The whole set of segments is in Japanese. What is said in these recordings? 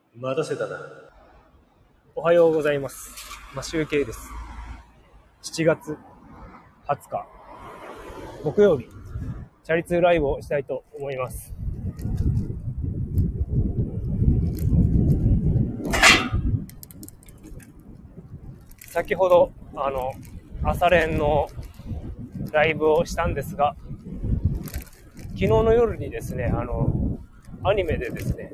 待たせたな。 おはようございます。集計です。7月20日、木曜日、チャリ通ライブをしたいと思います。先ほど、朝練のライブをしたんですが、昨日の夜にですね、アニメでですね、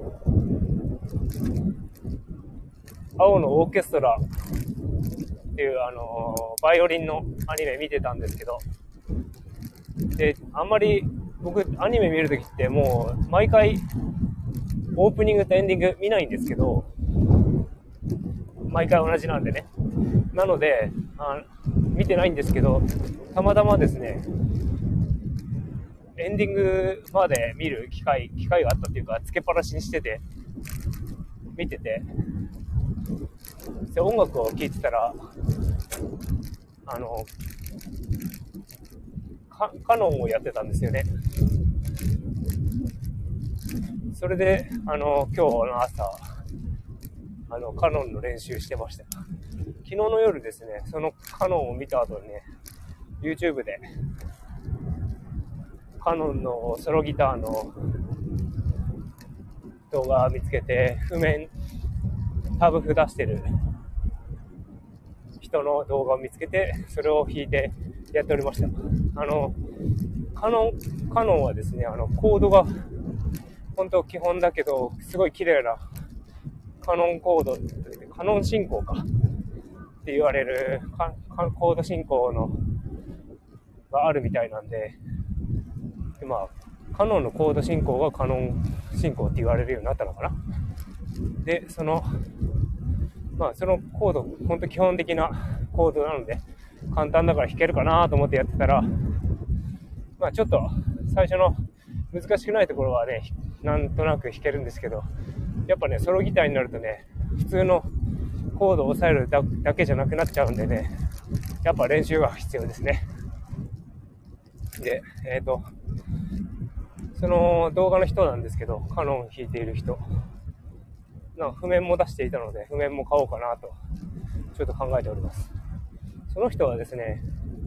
青のオーケストラっていうバイオリンのアニメ見てたんですけど、で、あんまり僕アニメ見るときってもう毎回オープニングとエンディング見ないんですけど、毎回同じなんでね。なので見てないんですけど、たまたまですね、エンディングまで見る機会があったっていうか、つけっぱなしにしてて見てて、で音楽を聴いてたらカノンをやってたんですよね。それで今日の朝カノンの練習してました。昨日の夜ですね、そのカノンを見た後にね、YouTube でカノンのソロギターの動画を見つけて、タブ譜出してる人の動画を見つけて、それを弾いてやっておりました。カノンはですね、コードが本当基本だけど、すごい綺麗なカノンコード、カノン進行かって言われるコード進行のがあるみたいなんで、カノンのコード進行がカノン進行って言われるようになったのかな。で、そのコード、本当基本的なコードなので、簡単だから弾けるかなと思ってやってたら、ちょっと最初の難しくないところはね、なんとなく弾けるんですけど、やっぱね、ソロギターになるとね、普通のコードを押さえるだけじゃなくなっちゃうんでね、やっぱ練習が必要ですね。で、その動画の人なんですけど、カノン弾いている人、譜面も出していたので、譜面も買おうかなとちょっと考えております。その人はですね、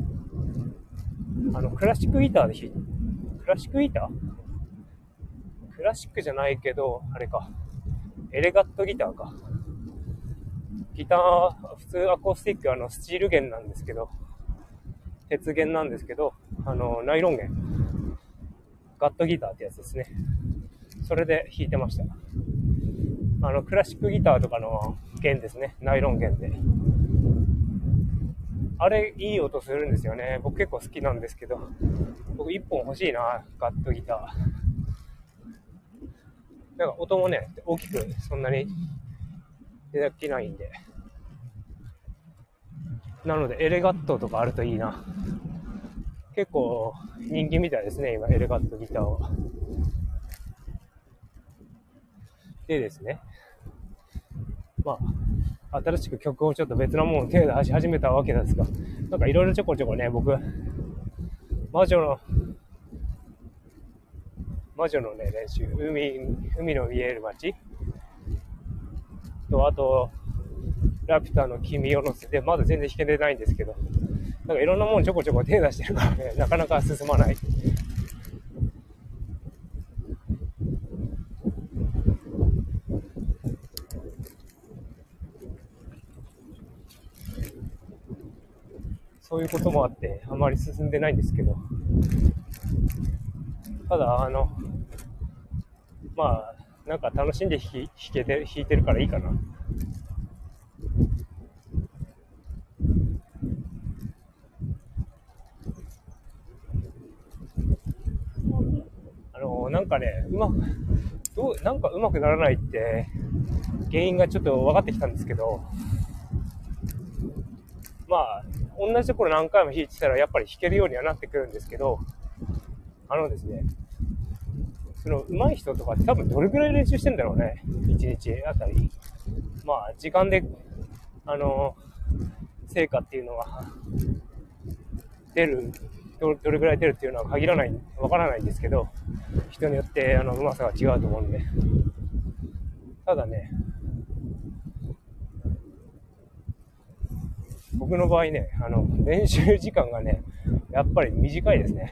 クラシックギターで弾いて、クラシックギター？クラシックじゃないけど、あれか、エレガットギターか。ギター、普通アコースティックスチール弦なんですけど、鉄弦なんですけど、ナイロン弦、ガットギターってやつですね。それで弾いてました。クラシックギターとかの弦ですね、ナイロン弦で。あれ、いい音するんですよね。僕結構好きなんですけど、僕1本欲しいな、ガットギター。なんか音もね、大きくそんなに出てきないんで。なので、エレガットとかあるといいな。結構人気みたいですね、今、エレガットギターは。でですね、新しく曲をちょっと別なものを手出し始めたわけですが、なんかいろいろちょこちょこね、僕、魔女のね、練習、海の見える街と、あと、ラピュタの君を乗せて、まだ全然弾けてないんですけど、なんかいろんなものちょこちょこ手出してるからね、なかなか進まない。そういうこともあって、あまり進んでないんですけど、ただ、なんか楽しんで弾いてるからいいかな。なんかね、なんかうまくならないって原因がちょっと分かってきたんですけど、同じところ何回も弾いてたらやっぱり弾けるようにはなってくるんですけど、ですね、その上手い人とかって多分どれくらい練習してんだろうね、1日あたり。時間で成果っていうのはどれくらい出るっていうのはわからないんですけど、人によってうまさが違うと思うんで。ただね、 僕の場合ね、練習時間がね、やっぱり短いですね。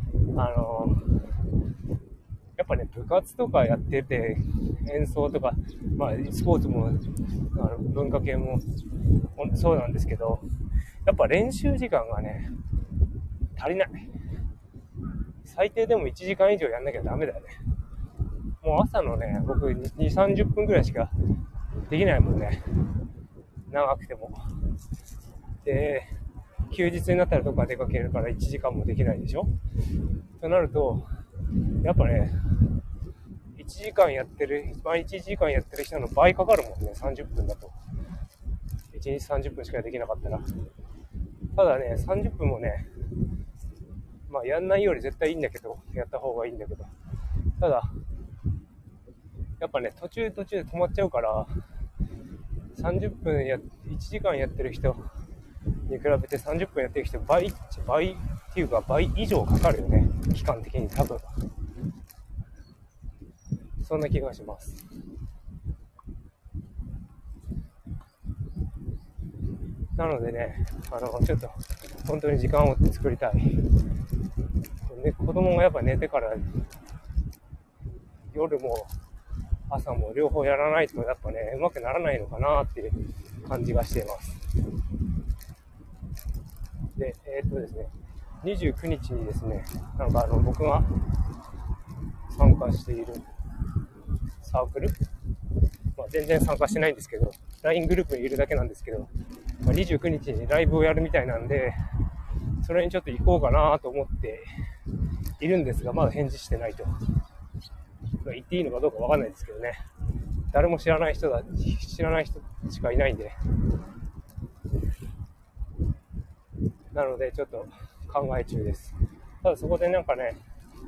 やっぱね、部活とかやってて、演奏とか、まあ、スポーツも、文化系も、そうなんですけど、やっぱ練習時間がね、足りない。最低でも1時間以上やんなきゃダメだよね。もう朝のね、僕2、30分くらいしかできないもんね。長くても。で、休日になったらどっか出かけるから1時間もできないでしょ。となると、やっぱね、1時間やってる、毎日1時間やってる人の倍かかるもんね、30分だと。1日30分しかできなかったら。ただね、30分もね、まあやんないより絶対いいんだけど、やった方がいいんだけど。ただ、やっぱね、途中で止まっちゃうから、30分1時間やってる人に比べて30分やってる人倍っていうか倍以上かかるよね、期間的に多分。そんな気がします。なのでね、ちょっと本当に時間を作りたい。で、子供がやっぱ寝てから夜も朝も両方やらないとやっぱね、うまくならないのかなっていう感じがしています。で、ですね、29日にですね、なんか僕が参加しているサークル、まあ、全然参加してないんですけど、LINE グループにいるだけなんですけど、まあ、29日にライブをやるみたいなんで、それにちょっと行こうかなと思っているんですが、まだ返事してないと。まあ、行っていいのかどうかわかんないですけどね。誰も知らない人しかいないんで。なので、ちょっと考え中です。ただそこでなんかね、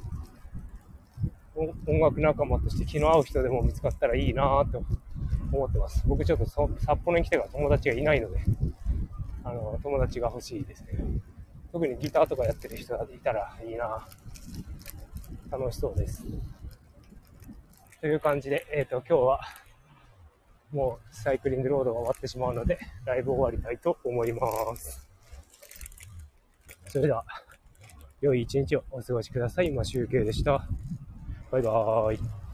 音楽仲間として気の合う人でも見つかったらいいなぁと思ってます。僕ちょっと札幌に来てから友達がいないので、友達が欲しいですね。特にギターとかやってる人がいたらいいなぁ。楽しそうです。という感じで、今日はもうサイクリングロードが終わってしまうので、ライブ終わりたいと思います。それでは、良い一日をお過ごしください。今集計でした。バイバーイ。